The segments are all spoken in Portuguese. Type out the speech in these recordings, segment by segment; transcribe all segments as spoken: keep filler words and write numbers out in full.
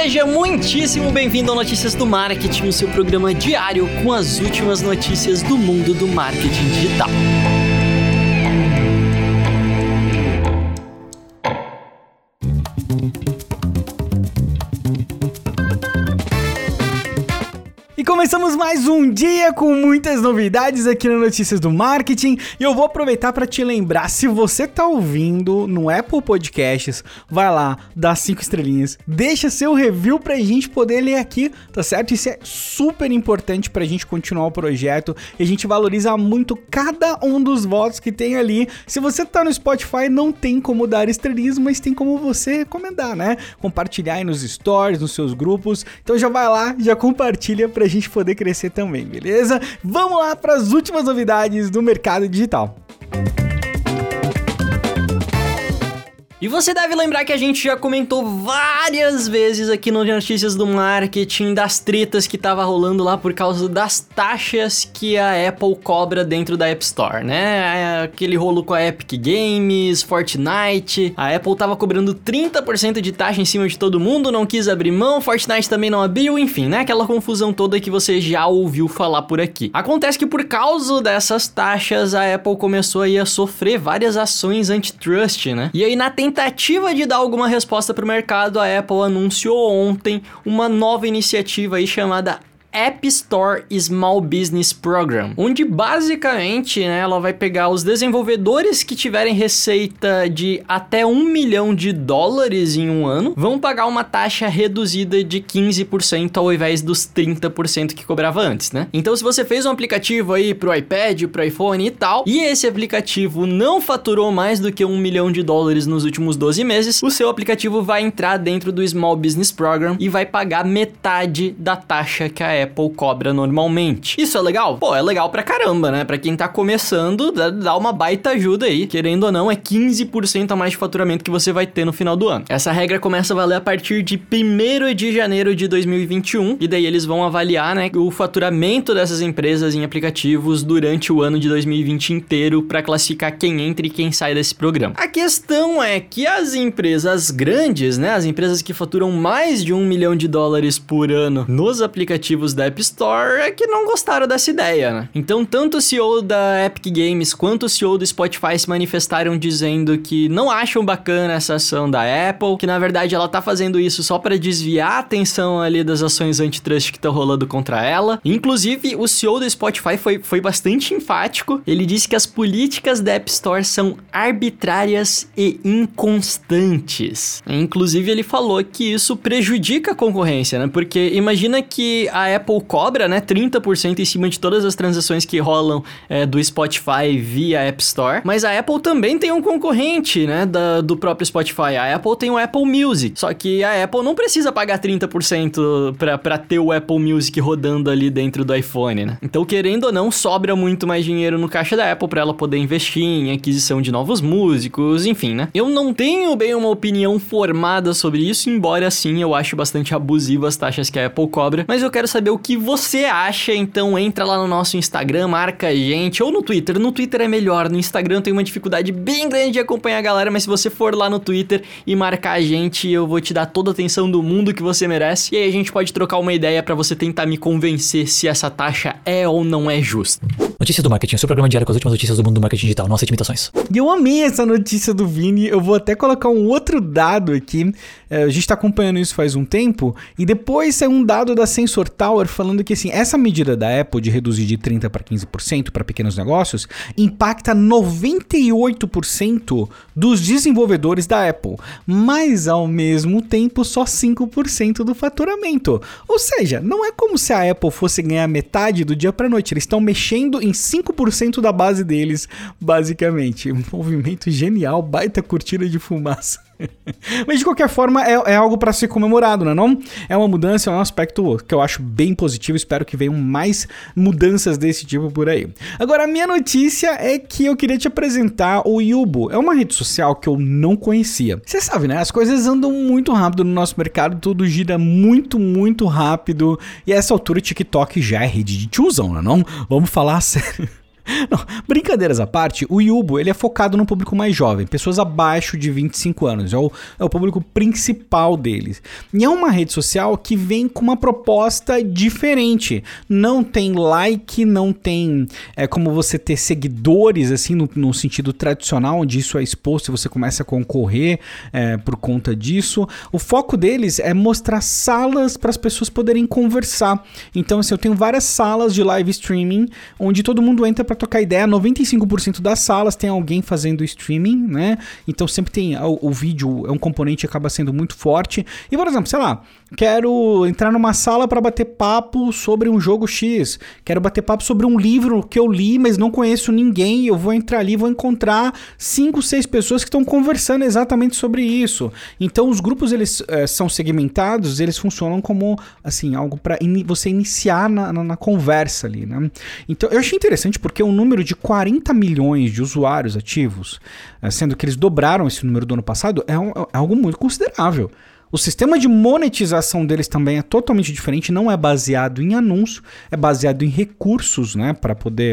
Seja muitíssimo bem-vindo ao Notícias do Marketing, o seu programa diário com as últimas notícias do mundo do marketing digital. E começamos mais um dia com muitas novidades aqui no Notícias do Marketing. E eu vou aproveitar para te lembrar, se você tá ouvindo no Apple Podcasts, vai lá, dá cinco estrelinhas, deixa seu review pra gente poder ler aqui, tá certo? Isso é super importante pra gente continuar o projeto e a gente valoriza muito cada um dos votos que tem ali. Se você tá no Spotify, não tem como dar estrelinhas, mas tem como você recomendar, né? Compartilhar aí nos stories, nos seus grupos. Então já vai lá, já compartilha pra gente poder crescer também, beleza? Vamos lá para as últimas novidades do mercado digital. E você deve lembrar que a gente já comentou várias vezes aqui no Notícias do Marketing das tretas que tava rolando lá por causa das taxas que a Apple cobra dentro da App Store, né? Aquele rolo com a Epic Games, Fortnite, a Apple tava cobrando trinta por cento de taxa em cima de todo mundo, não quis abrir mão, Fortnite também não abriu, enfim, né? Aquela confusão toda que você já ouviu falar por aqui. Acontece que por causa dessas taxas, a Apple começou aí a sofrer várias ações antitrust, né? E aí na tentativa de dar alguma resposta para o mercado, a Apple anunciou ontem uma nova iniciativa aí chamada App Store Small Business Program, onde basicamente, né, ela vai pegar os desenvolvedores que tiverem receita de até um milhão de dólares em um ano, vão pagar uma taxa reduzida de quinze por cento ao invés dos trinta por cento que cobrava antes, né? Então, se você fez um aplicativo aí pro iPad, pro iPhone e tal, e esse aplicativo não faturou mais do que um milhão de dólares nos últimos doze meses, o seu aplicativo vai entrar dentro do Small Business Program e vai pagar metade da taxa que a Apple cobra normalmente. Isso é legal? Pô, é legal pra caramba, né? Pra quem tá começando, dá uma baita ajuda aí. Querendo ou não, é quinze por cento a mais de faturamento que você vai ter no final do ano. Essa regra começa a valer a partir de primeiro de janeiro de dois mil e vinte e um, e daí eles vão avaliar, né, o faturamento dessas empresas em aplicativos durante o ano de dois mil e vinte inteiro pra classificar quem entra e quem sai desse programa. A questão é que as empresas grandes, né, as empresas que faturam mais de um milhão de dólares por ano nos aplicativos da App Store é que não gostaram dessa ideia, né? Então, tanto o C E O da Epic Games quanto o C E O do Spotify se manifestaram dizendo que não acham bacana essa ação da Apple, que na verdade ela tá fazendo isso só para desviar a atenção ali das ações antitrust que estão rolando contra ela. Inclusive, o C E O do Spotify foi, foi bastante enfático. Ele disse que as políticas da App Store são arbitrárias e inconstantes. Inclusive, ele falou que isso prejudica a concorrência, né? Porque imagina que a Apple cobra, né, trinta por cento em cima de todas as transações que rolam é, do Spotify via App Store, mas a Apple também tem um concorrente, né, da, do próprio Spotify. A Apple tem o Apple Music, só que a Apple não precisa pagar trinta por cento pra, pra ter o Apple Music rodando ali dentro do iPhone, né? Então, querendo ou não, sobra muito mais dinheiro no caixa da Apple pra ela poder investir em aquisição de novos músicos, enfim, né? Eu não tenho bem uma opinião formada sobre isso, embora assim eu acho bastante abusivo as taxas que a Apple cobra, mas eu quero saber o que você acha, então entra lá no nosso Instagram, marca a gente, ou no Twitter. No Twitter é melhor, no Instagram eu tenho uma dificuldade bem grande de acompanhar a galera, mas se você for lá no Twitter e marcar a gente, eu vou te dar toda a atenção do mundo que você merece, e aí a gente pode trocar uma ideia pra você tentar me convencer se essa taxa é ou não é justa. Notícias do Marketing, o seu programa diário com as últimas notícias do mundo do marketing digital. Não aceite imitações. E eu amei essa notícia do Vini, eu vou até colocar um outro dado aqui, é, a gente tá acompanhando isso faz um tempo, e depois saiu um dado da Sensor Tower falando que assim, essa medida da Apple de reduzir de trinta para quinze por cento para pequenos negócios impacta noventa e oito por cento dos desenvolvedores da Apple, mas ao mesmo tempo só cinco por cento do faturamento. Ou seja, não é como se a Apple fosse ganhar metade do dia para noite, eles estão mexendo em cinco por cento da base deles, basicamente. Um movimento genial, baita cortina de fumaça. Mas de qualquer forma é, é algo para ser comemorado, né, não? É uma mudança, é um aspecto que eu acho bem positivo, espero que venham mais mudanças desse tipo por aí. Agora, a minha notícia é que eu queria te apresentar o Yubo. É uma rede social que eu não conhecia. Você sabe, né? As coisas andam muito rápido no nosso mercado, tudo gira muito, muito rápido, e a essa altura o TikTok já é rede de tiozão, né, não? Vamos falar sério. Não, brincadeiras à parte, o Yubo ele é focado no público mais jovem, pessoas abaixo de vinte e cinco anos, é o, é o público principal deles. E é uma rede social que vem com uma proposta diferente. Não tem like, não tem é, como você ter seguidores, assim, no, no sentido tradicional, onde isso é exposto e você começa a concorrer é, por conta disso. O foco deles é mostrar salas para as pessoas poderem conversar. Então, assim, eu tenho várias salas de live streaming, onde todo mundo entra para trocar ideia. Noventa e cinco por cento das salas tem alguém fazendo streaming, né? Então sempre tem o, o vídeo, é um componente que acaba sendo muito forte. E, por exemplo, sei lá, quero entrar numa sala para bater papo sobre um jogo X, quero bater papo sobre um livro que eu li, mas não conheço ninguém, eu vou entrar ali e vou encontrar cinco, seis pessoas que estão conversando exatamente sobre isso. Então os grupos, eles é, são segmentados, eles funcionam como, assim, algo para in- você iniciar na, na, na conversa ali, né? Então eu achei interessante porque um número de quarenta milhões de usuários ativos, sendo que eles dobraram esse número do ano passado, é, um, é algo muito considerável. O sistema de monetização deles também é totalmente diferente, não é baseado em anúncio, é baseado em recursos, né, para poder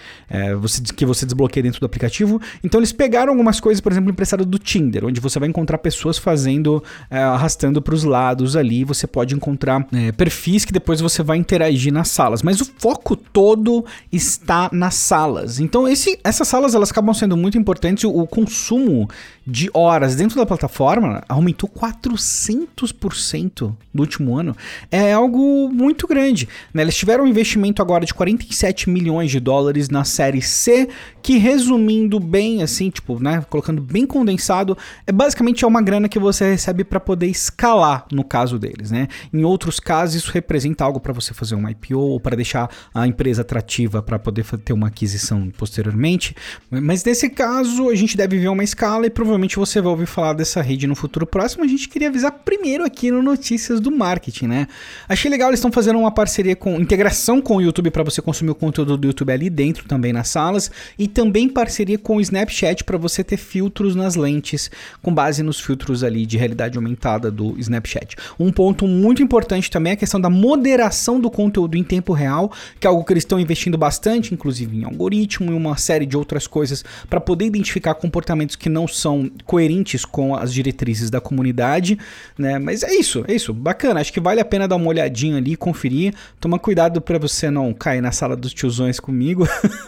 é, você, que você desbloqueie dentro do aplicativo. Então eles pegaram algumas coisas, por exemplo, emprestado do Tinder, onde você vai encontrar pessoas fazendo, é, arrastando para os lados ali, você pode encontrar é, perfis que depois você vai interagir nas salas, mas o foco todo está nas salas. Então esse, essas salas, elas acabam sendo muito importantes, o consumo de horas dentro da plataforma aumentou quatrocentos por cento no último ano. É algo muito grande, né? Eles tiveram um investimento agora de quarenta e sete milhões de dólares na série C, que, resumindo bem, assim, tipo, né, colocando bem condensado, é basicamente é uma grana que você recebe para poder escalar, no caso deles, né? Em outros casos, isso representa algo para você fazer um I P O ou para deixar a empresa atrativa para poder ter uma aquisição posteriormente. Mas nesse caso, a gente deve ver uma escala e provavelmente Provavelmente você vai ouvir falar dessa rede no futuro próximo. A gente queria avisar primeiro aqui no Notícias do Marketing, né? Achei legal, eles estão fazendo uma parceria com, integração com o YouTube para você consumir o conteúdo do YouTube ali dentro também nas salas, e também parceria com o Snapchat para você ter filtros nas lentes, com base nos filtros ali de realidade aumentada do Snapchat. Um ponto muito importante também é a questão da moderação do conteúdo em tempo real, que é algo que eles estão investindo bastante, inclusive em algoritmo e uma série de outras coisas para poder identificar comportamentos que não são coerentes com as diretrizes da comunidade, né? Mas é isso, é isso, bacana, acho que vale a pena dar uma olhadinha ali, conferir, toma cuidado para você não cair na sala dos tiozões comigo,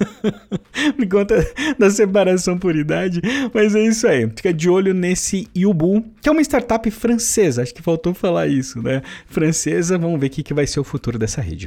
por conta da separação por idade, mas é isso aí, fica de olho nesse Yubu, que é uma startup francesa, acho que faltou falar isso, né? Francesa, vamos ver o que, que vai ser o futuro dessa rede.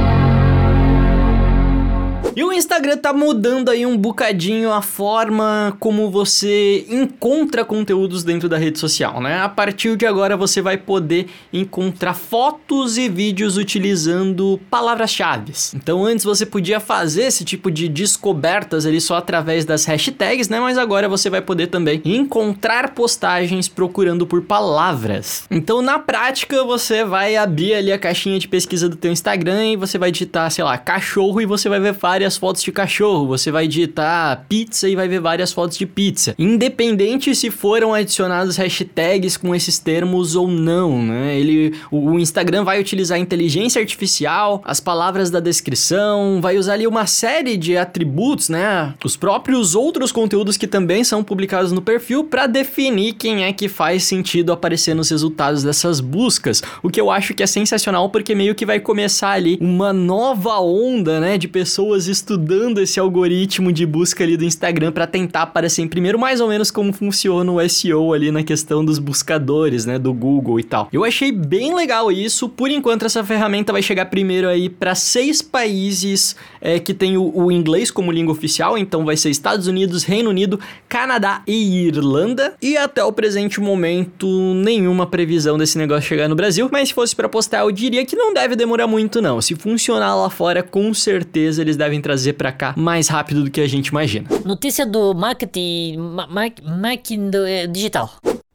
E o Instagram tá mudando aí um bocadinho a forma como você encontra conteúdos dentro da rede social, né? A partir de agora você vai poder encontrar fotos e vídeos utilizando palavras-chave. Então antes você podia fazer esse tipo de descobertas ali só através das hashtags, né? Mas agora você vai poder também encontrar postagens procurando por palavras. Então na prática você vai abrir ali a caixinha de pesquisa do teu Instagram e você vai digitar, sei lá, cachorro, e você vai ver várias fotos de cachorro, você vai digitar pizza e vai ver várias fotos de pizza, independente se foram adicionados hashtags com esses termos ou não, né? Ele, o Instagram vai utilizar inteligência artificial, as palavras da descrição, vai usar ali uma série de atributos, né? Os próprios outros conteúdos que também são publicados no perfil para definir quem é que faz sentido aparecer nos resultados dessas buscas, o que eu acho que é sensacional, porque meio que vai começar ali uma nova onda, né, de pessoas estudando esse algoritmo de busca ali do Instagram para tentar aparecer em primeiro, mais ou menos como funciona o S E O ali na questão dos buscadores, né, do Google e tal. Eu achei bem legal isso. Por enquanto essa ferramenta vai chegar primeiro aí para seis países é, que tem o, o inglês como língua oficial, então vai ser Estados Unidos, Reino Unido, Canadá e Irlanda, e até o presente momento nenhuma previsão desse negócio chegar no Brasil, mas se fosse para postar eu diria que não deve demorar muito não. Se funcionar lá fora, com certeza eles devem trazer pra cá mais rápido do que a gente imagina. Notícia do marketing, ma- mar- marketing do, é, digital.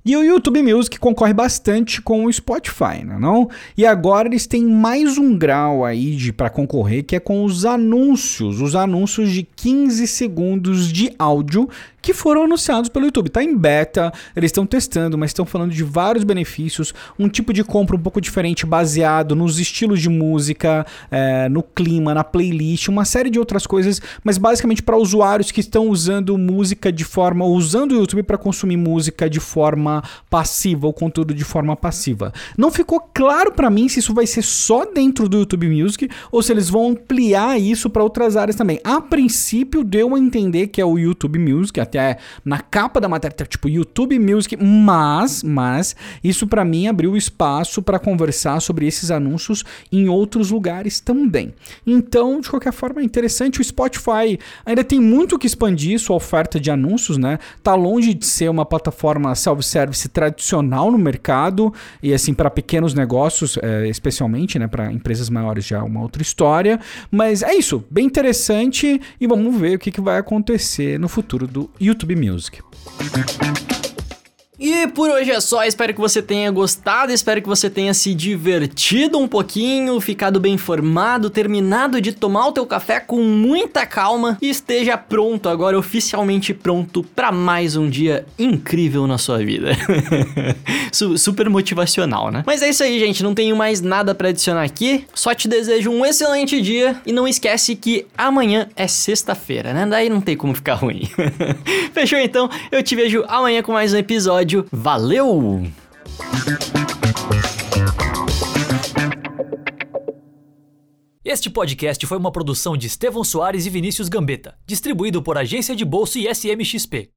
E o YouTube Music concorre bastante com o Spotify, né, não? E agora eles têm mais um grau aí de para concorrer, que é com os anúncios, os anúncios de quinze segundos de áudio que foram anunciados pelo YouTube. Tá em beta, eles estão testando, mas estão falando de vários benefícios, um tipo de compra um pouco diferente, baseado nos estilos de música, é, no clima, na playlist, uma série de outras coisas, mas basicamente para usuários que estão usando música de forma, usando o YouTube para consumir música de forma passiva, ou conteúdo de forma passiva. Não ficou claro para mim se isso vai ser só dentro do YouTube Music ou se eles vão ampliar isso para outras áreas também. A princípio deu a entender que é o YouTube Music, até na capa da matéria tá tipo YouTube Music, mas, mas isso para mim abriu espaço para conversar sobre esses anúncios em outros lugares também. Então, de qualquer forma, é interessante. O Spotify ainda tem muito que expandir sua oferta de anúncios, né? Tá longe de ser uma plataforma self-service tradicional no mercado e assim para pequenos negócios, é, especialmente, né? Para empresas maiores já é uma outra história. Mas é isso, bem interessante e vamos ver o que, que vai acontecer no futuro do YouTube Music. E por hoje é só, espero que você tenha gostado, espero que você tenha se divertido um pouquinho, ficado bem informado, terminado de tomar o teu café com muita calma e esteja pronto agora, oficialmente pronto para mais um dia incrível na sua vida. Super motivacional, né? Mas é isso aí, gente, não tenho mais nada para adicionar aqui, só te desejo um excelente dia e não esquece que amanhã é sexta-feira, né? Daí não tem como ficar ruim. Fechou então? Eu te vejo amanhã com mais um episódio. Valeu! Este podcast foi uma produção de Estevão Soares e Vinícius Gambetta, distribuído por Agência de Bolsa e S M X P.